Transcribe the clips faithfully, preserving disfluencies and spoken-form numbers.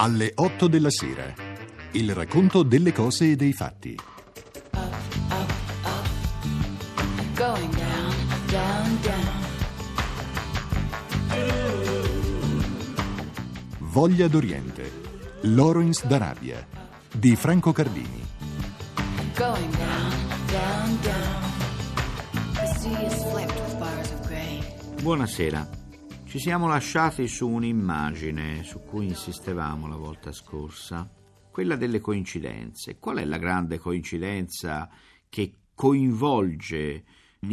Alle otto della sera. Il racconto delle cose e dei fatti. Going down, down, down. Voglia d'Oriente. Lawrence d'Arabia di Franco Cardini. Going down, down, down. The sea is flecked with bars of gray. Buonasera. Ci siamo lasciati su un'immagine su cui insistevamo la volta scorsa, quella delle coincidenze. Qual è la grande coincidenza che coinvolge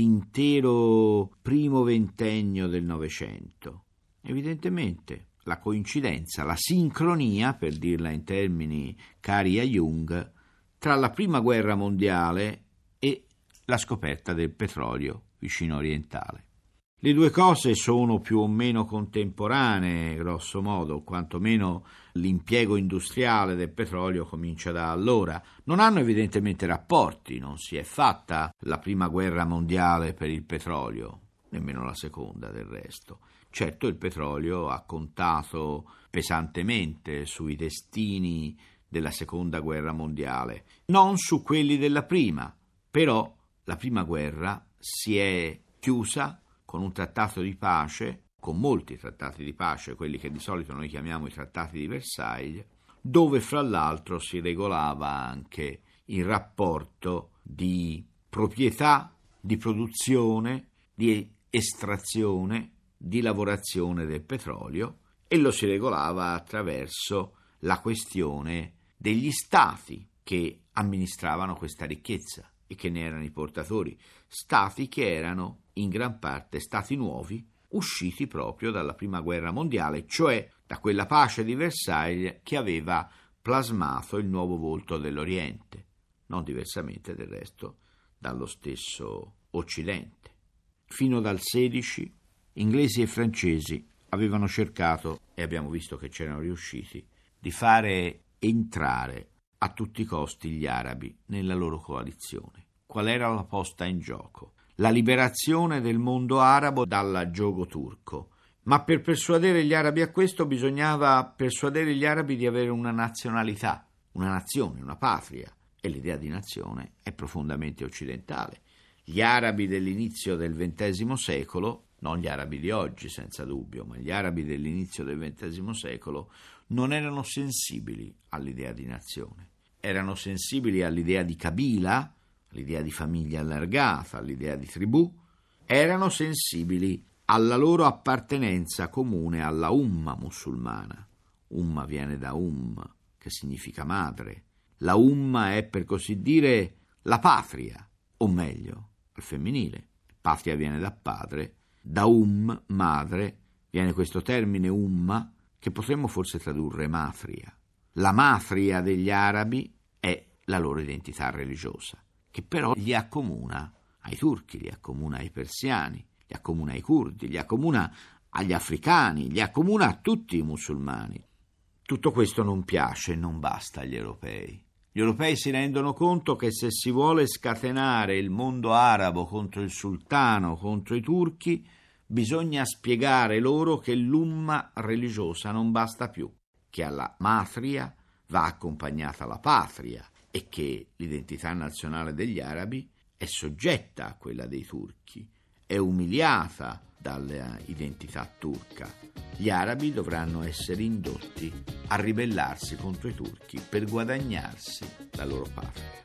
l'intero primo ventennio del Novecento? Evidentemente la coincidenza, la sincronia, per dirla in termini cari a Jung, tra la prima guerra mondiale e la scoperta del petrolio vicino orientale. Le due cose sono più o meno contemporanee, grosso modo, quantomeno l'impiego industriale del petrolio comincia da allora. Non hanno evidentemente rapporti, non si è fatta la prima guerra mondiale per il petrolio, nemmeno la seconda del resto. Certo, il petrolio ha contato pesantemente sui destini della seconda guerra mondiale, non su quelli della prima, però la prima guerra si è chiusa con un trattato di pace, con molti trattati di pace, quelli che di solito noi chiamiamo i trattati di Versailles, dove fra l'altro si regolava anche il rapporto di proprietà, di produzione, di estrazione, di lavorazione del petrolio, e lo si regolava attraverso la questione degli stati che amministravano questa ricchezza e che ne erano i portatori, stati che erano in gran parte stati nuovi, usciti proprio dalla prima guerra mondiale, cioè da quella pace di Versailles che aveva plasmato il nuovo volto dell'Oriente, non diversamente del resto dallo stesso Occidente. Fino dal sedici, inglesi e francesi avevano cercato, e abbiamo visto che c'erano riusciti, di fare entrare a tutti i costi gli arabi nella loro coalizione. Qual era la posta in gioco? La liberazione del mondo arabo dall'aggiogo turco. Ma per persuadere gli arabi a questo bisognava persuadere gli arabi di avere una nazionalità, una nazione, una patria. E l'idea di nazione è profondamente occidentale. Gli arabi dell'inizio del ventesimo secolo, non gli arabi di oggi senza dubbio, ma gli arabi dell'inizio del ventesimo secolo non erano sensibili all'idea di nazione. Erano sensibili all'idea di Kabila, all'idea di famiglia allargata, all'idea di tribù, erano sensibili alla loro appartenenza comune alla umma musulmana. Umma viene da um, che significa madre. La umma è, per così dire, la patria, o meglio, al femminile. Patria viene da padre, da um, madre, viene questo termine umma, che potremmo forse tradurre matria. La matria degli arabi è la loro identità religiosa, che però li accomuna ai turchi, li accomuna ai persiani, li accomuna ai curdi, li accomuna agli africani, li accomuna a tutti i musulmani. Tutto questo non piace e non basta agli europei. Gli europei si rendono conto che se si vuole scatenare il mondo arabo contro il sultano, contro i turchi, bisogna spiegare loro che l'umma religiosa non basta più, che alla matria va accompagnata la patria, e che l'identità nazionale degli arabi è soggetta a quella dei turchi, è umiliata dall'identità turca. Gli arabi dovranno essere indotti a ribellarsi contro i turchi per guadagnarsi la loro patria.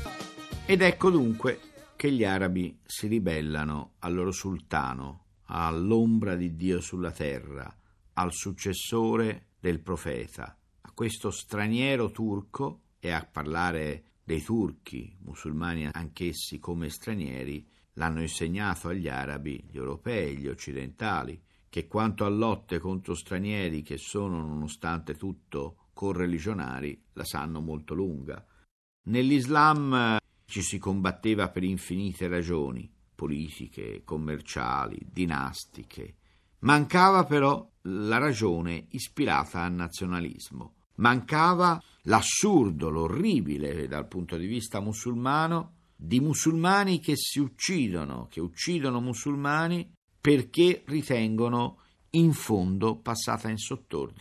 Ed ecco dunque che gli arabi si ribellano al loro sultano, all'ombra di Dio sulla terra, al successore del profeta, a questo straniero turco. E a parlare dei turchi, musulmani anch'essi come stranieri, l'hanno insegnato agli arabi, gli europei, gli occidentali, che quanto a lotte contro stranieri che sono, nonostante tutto, correligionari, la sanno molto lunga. Nell'Islam ci si combatteva per infinite ragioni, politiche, commerciali, dinastiche. Mancava però la ragione ispirata al nazionalismo. Mancava l'assurdo, l'orribile dal punto di vista musulmano, di musulmani che si uccidono, che uccidono musulmani perché ritengono in fondo passata in sottordine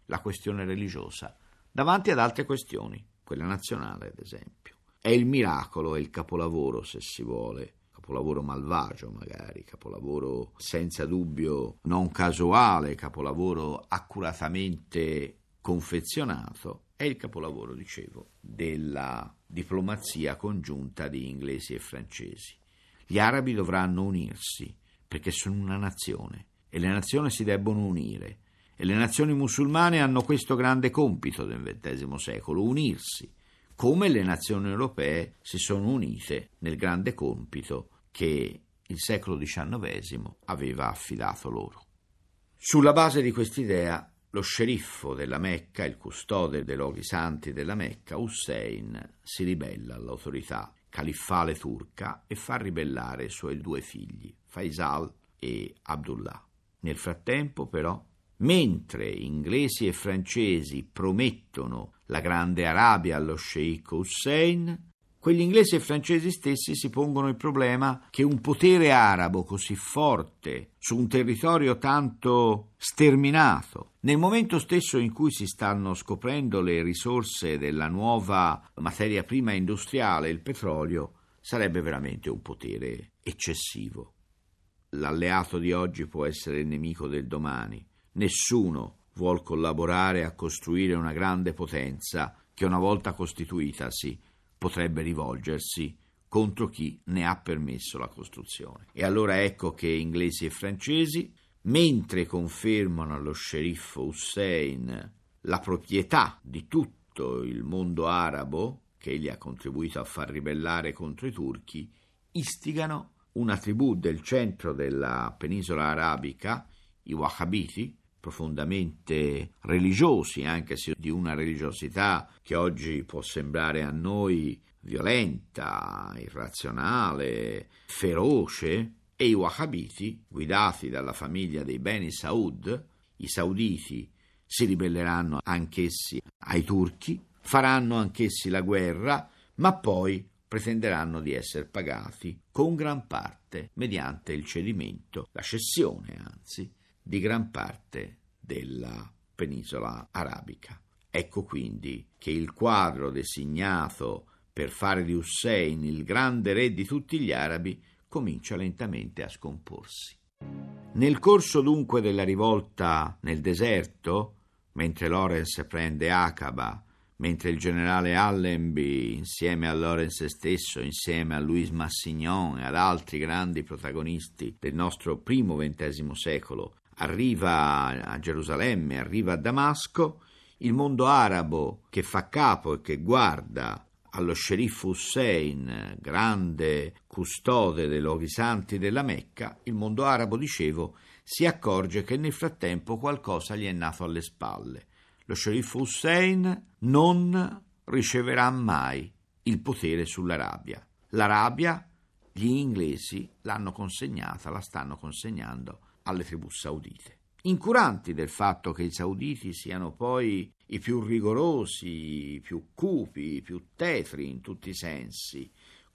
la questione religiosa, davanti ad altre questioni, quella nazionale ad esempio. È il miracolo, è il capolavoro, se si vuole, capolavoro malvagio magari, capolavoro senza dubbio non casuale, capolavoro accuratamente confezionato, è il capolavoro, dicevo, della diplomazia congiunta di inglesi e francesi. Gli arabi dovranno unirsi perché sono una nazione e le nazioni si debbono unire e le nazioni musulmane hanno questo grande compito del ventesimo secolo, unirsi, come le nazioni europee si sono unite nel grande compito che il secolo diciannovesimo aveva affidato loro. Sulla base di quest'idea, lo sceriffo della Mecca, il custode dei luoghi santi della Mecca, Hussein, si ribella all'autorità califfale turca e fa ribellare i suoi due figli, Faisal e Abdullah. Nel frattempo, però, mentre inglesi e francesi promettono la Grande Arabia allo sceicco Hussein, quegli inglesi e francesi stessi si pongono il problema che un potere arabo così forte su un territorio tanto sterminato, nel momento stesso in cui si stanno scoprendo le risorse della nuova materia prima industriale, il petrolio, sarebbe veramente un potere eccessivo. L'alleato di oggi può essere il nemico del domani. Nessuno vuol collaborare a costruire una grande potenza che una volta costituitasi potrebbe rivolgersi contro chi ne ha permesso la costruzione. E allora ecco che inglesi e francesi, mentre confermano allo sceriffo Hussein la proprietà di tutto il mondo arabo, che egli ha contribuito a far ribellare contro i turchi, istigano una tribù del centro della penisola arabica, i Wahhabiti, profondamente religiosi, anche se di una religiosità che oggi può sembrare a noi violenta, irrazionale, feroce, e i Wahhabiti, guidati dalla famiglia dei Beni Saud, i sauditi, si ribelleranno anch'essi ai turchi, faranno anch'essi la guerra, ma poi pretenderanno di essere pagati con gran parte mediante il cedimento, la cessione anzi, di gran parte della penisola arabica. Ecco quindi che il quadro designato per fare di Hussein il grande re di tutti gli arabi comincia lentamente a scomporsi. Nel corso dunque della rivolta nel deserto, mentre Lawrence prende Aqaba, mentre il generale Allenby, insieme a Lawrence stesso, insieme a Louis Massignon e ad altri grandi protagonisti del nostro primo ventesimo secolo, arriva a Gerusalemme, arriva a Damasco, il mondo arabo che fa capo e che guarda allo sceriffo Hussein, grande custode dei luoghi santi della Mecca, il mondo arabo, dicevo, si accorge che nel frattempo qualcosa gli è nato alle spalle. Lo sceriffo Hussein non riceverà mai il potere sull'Arabia. L'Arabia, gli inglesi l'hanno consegnata, la stanno consegnando alle tribù saudite, incuranti del fatto che i sauditi siano poi i più rigorosi, i più cupi, i più tetri in tutti i sensi,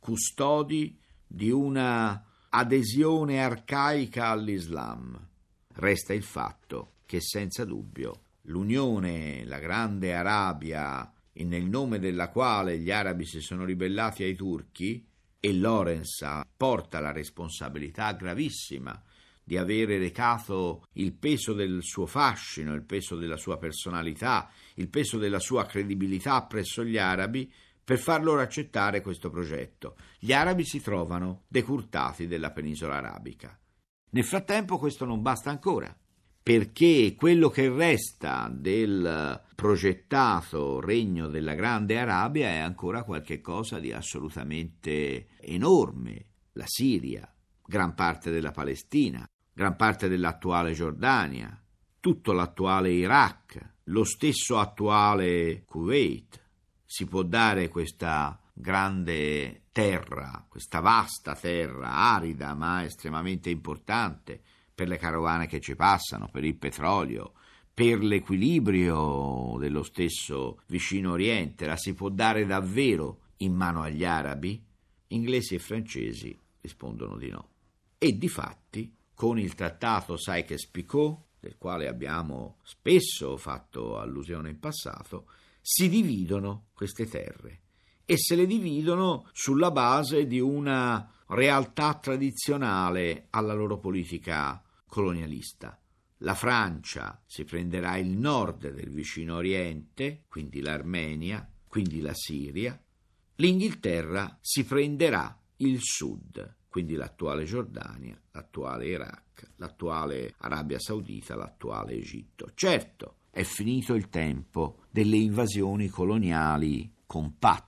custodi di una adesione arcaica all'Islam. Resta il fatto che senza dubbio l'unione, la grande Arabia, nel nome della quale gli arabi si sono ribellati ai turchi, e Lawrence porta la responsabilità gravissima di avere recato il peso del suo fascino, il peso della sua personalità, il peso della sua credibilità presso gli arabi, per far loro accettare questo progetto. Gli arabi si trovano decurtati della penisola arabica. Nel frattempo questo non basta ancora, perché quello che resta del progettato regno della Grande Arabia è ancora qualche cosa di assolutamente enorme. La Siria, gran parte della Palestina, gran parte dell'attuale Giordania, tutto l'attuale Iraq, lo stesso attuale Kuwait. Si può dare questa grande terra, questa vasta terra, arida ma estremamente importante per le carovane che ci passano, per il petrolio, per l'equilibrio dello stesso vicino Oriente, la si può dare davvero in mano agli arabi? Inglesi e francesi rispondono di no. E difatti, con il trattato Sykes-Picot, del quale abbiamo spesso fatto allusione in passato, si dividono queste terre e se le dividono sulla base di una realtà tradizionale alla loro politica colonialista. La Francia si prenderà il nord del vicino Oriente, quindi l'Armenia, quindi la Siria. L'Inghilterra si prenderà il sud, quindi l'attuale Giordania, l'attuale Iraq, l'attuale Arabia Saudita, l'attuale Egitto. Certo, è finito il tempo delle invasioni coloniali compatte.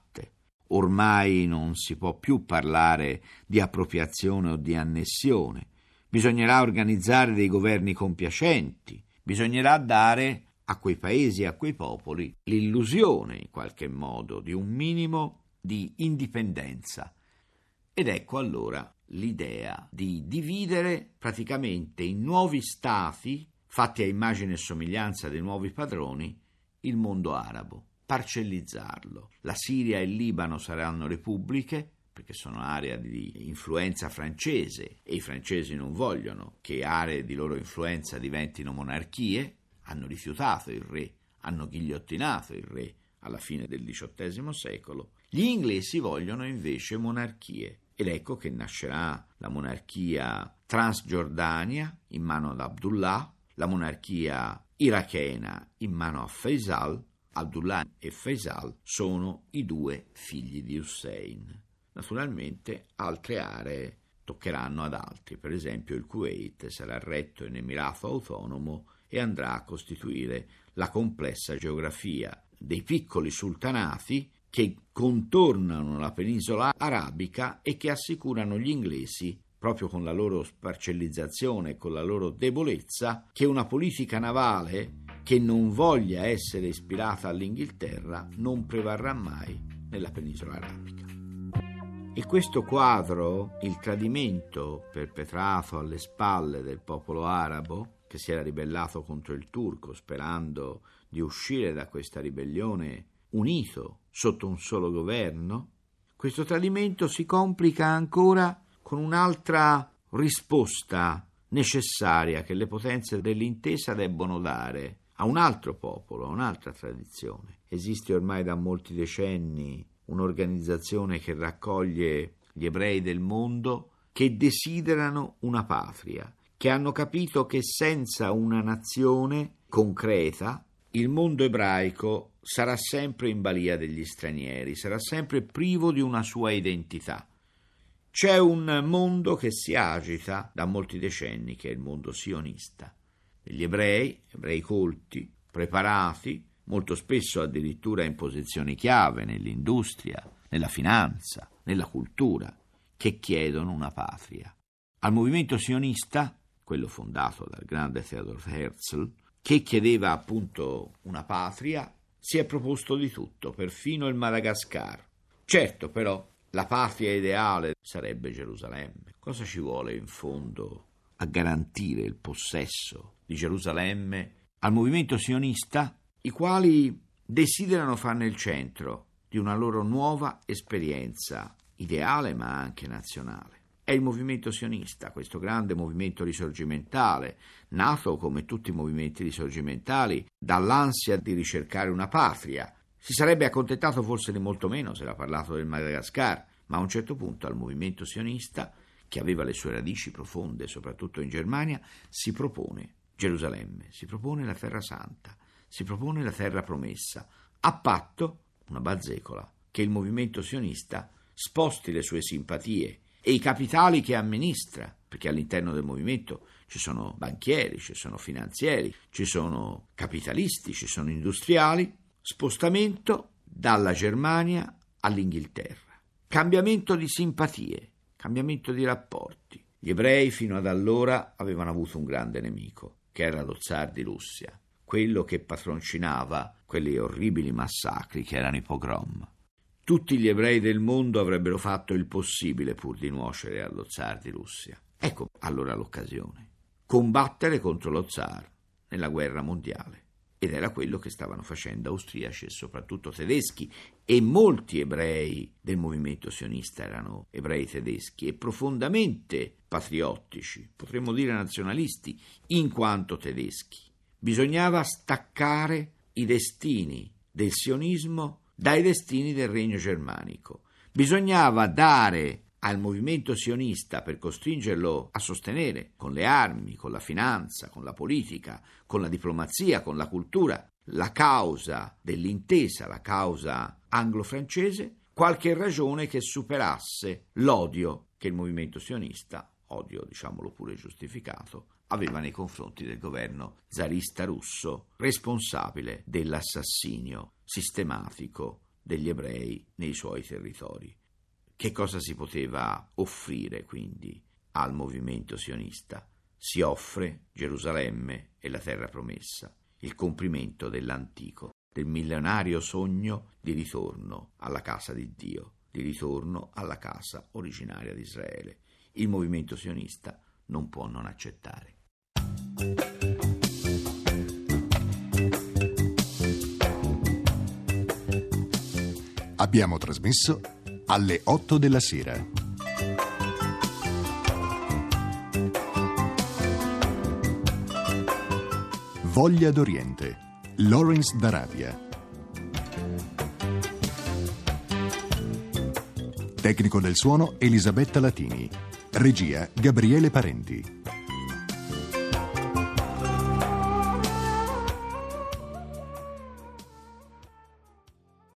Ormai non si può più parlare di appropriazione o di annessione. Bisognerà organizzare dei governi compiacenti. Bisognerà dare a quei paesi e a quei popoli l'illusione, in qualche modo, di un minimo di indipendenza. Ed ecco allora l'idea di dividere praticamente in nuovi stati, fatti a immagine e somiglianza dei nuovi padroni, il mondo arabo, parcellizzarlo. La Siria e il Libano saranno repubbliche, perché sono area di influenza francese e i francesi non vogliono che aree di loro influenza diventino monarchie, hanno rifiutato il re, hanno ghigliottinato il re alla fine del diciottesimo secolo. Gli inglesi vogliono invece monarchie. Ed ecco che nascerà la monarchia Transgiordania in mano ad Abdullah, la monarchia irachena in mano a Faisal. Abdullah e Faisal sono i due figli di Hussein. Naturalmente altre aree toccheranno ad altri, per esempio il Kuwait sarà retto in Emirato autonomo e andrà a costituire la complessa geografia dei piccoli sultanati che contornano la penisola arabica e che assicurano gli inglesi, proprio con la loro sparcellizzazione e con la loro debolezza, che una politica navale che non voglia essere ispirata all'Inghilterra non prevarrà mai nella penisola arabica. E questo quadro, il tradimento perpetrato alle spalle del popolo arabo, che si era ribellato contro il turco sperando di uscire da questa ribellione unito sotto un solo governo, questo tradimento si complica ancora con un'altra risposta necessaria che le potenze dell'intesa debbono dare a un altro popolo, a un'altra tradizione. Esiste ormai da molti decenni un'organizzazione che raccoglie gli ebrei del mondo che desiderano una patria, che hanno capito che senza una nazione concreta il mondo ebraico sarà sempre in balia degli stranieri, sarà sempre privo di una sua identità. C'è un mondo che si agita da molti decenni, che è il mondo sionista. E gli ebrei, ebrei colti, preparati, molto spesso addirittura in posizioni chiave nell'industria, nella finanza, nella cultura, che chiedono una patria. Al movimento sionista, quello fondato dal grande Theodor Herzl, che chiedeva appunto una patria, si è proposto di tutto, perfino il Madagascar. Certo, però, la patria ideale sarebbe Gerusalemme. Cosa ci vuole in fondo a garantire il possesso di Gerusalemme al movimento sionista, i quali desiderano farne il centro di una loro nuova esperienza ideale ma anche nazionale? È il movimento sionista, questo grande movimento risorgimentale, nato come tutti i movimenti risorgimentali dall'ansia di ricercare una patria. Si sarebbe accontentato forse di molto meno se era parlato del Madagascar, ma a un certo punto al movimento sionista, che aveva le sue radici profonde soprattutto in Germania, si propone Gerusalemme, si propone la Terra Santa, si propone la terra promessa, a patto, una bazzecola, che il movimento sionista sposti le sue simpatie e i capitali che amministra, perché all'interno del movimento ci sono banchieri, ci sono finanzieri, ci sono capitalisti, ci sono industriali, spostamento dalla Germania all'Inghilterra, cambiamento di simpatie, cambiamento di rapporti. Gli ebrei fino ad allora avevano avuto un grande nemico, che era lo zar di Russia, quello che patroncinava quegli orribili massacri che erano i pogrom. Tutti gli ebrei del mondo avrebbero fatto il possibile pur di nuocere allo zar di Russia. Ecco allora l'occasione. Combattere contro lo zar nella guerra mondiale. ed era quello che stavano facendo austriaci e soprattutto tedeschi, e molti ebrei del movimento sionista erano ebrei tedeschi e profondamente patriottici, potremmo dire nazionalisti, in quanto tedeschi. Bisognava staccare i destini del sionismo dai destini del regno germanico. Bisognava dare al movimento sionista, per costringerlo a sostenere con le armi, con la finanza, con la politica, con la diplomazia, con la cultura, la causa dell'intesa, la causa anglo-francese, qualche ragione che superasse l'odio che il movimento sionista, odio diciamolo pure giustificato, aveva nei confronti del governo zarista russo, responsabile dell'assassinio sistematico degli ebrei nei suoi territori. Che cosa si poteva offrire quindi al movimento sionista? Si offre Gerusalemme e la terra promessa, il compimento dell'antico, del millenario sogno di ritorno alla casa di Dio, di ritorno alla casa originaria di Israele. Il movimento sionista non può non accettare. Abbiamo trasmesso Alle otto della sera. Voglia d'Oriente, Lawrence d'Arabia. Tecnico del suono Elisabetta Latini. Regia Gabriele Parenti.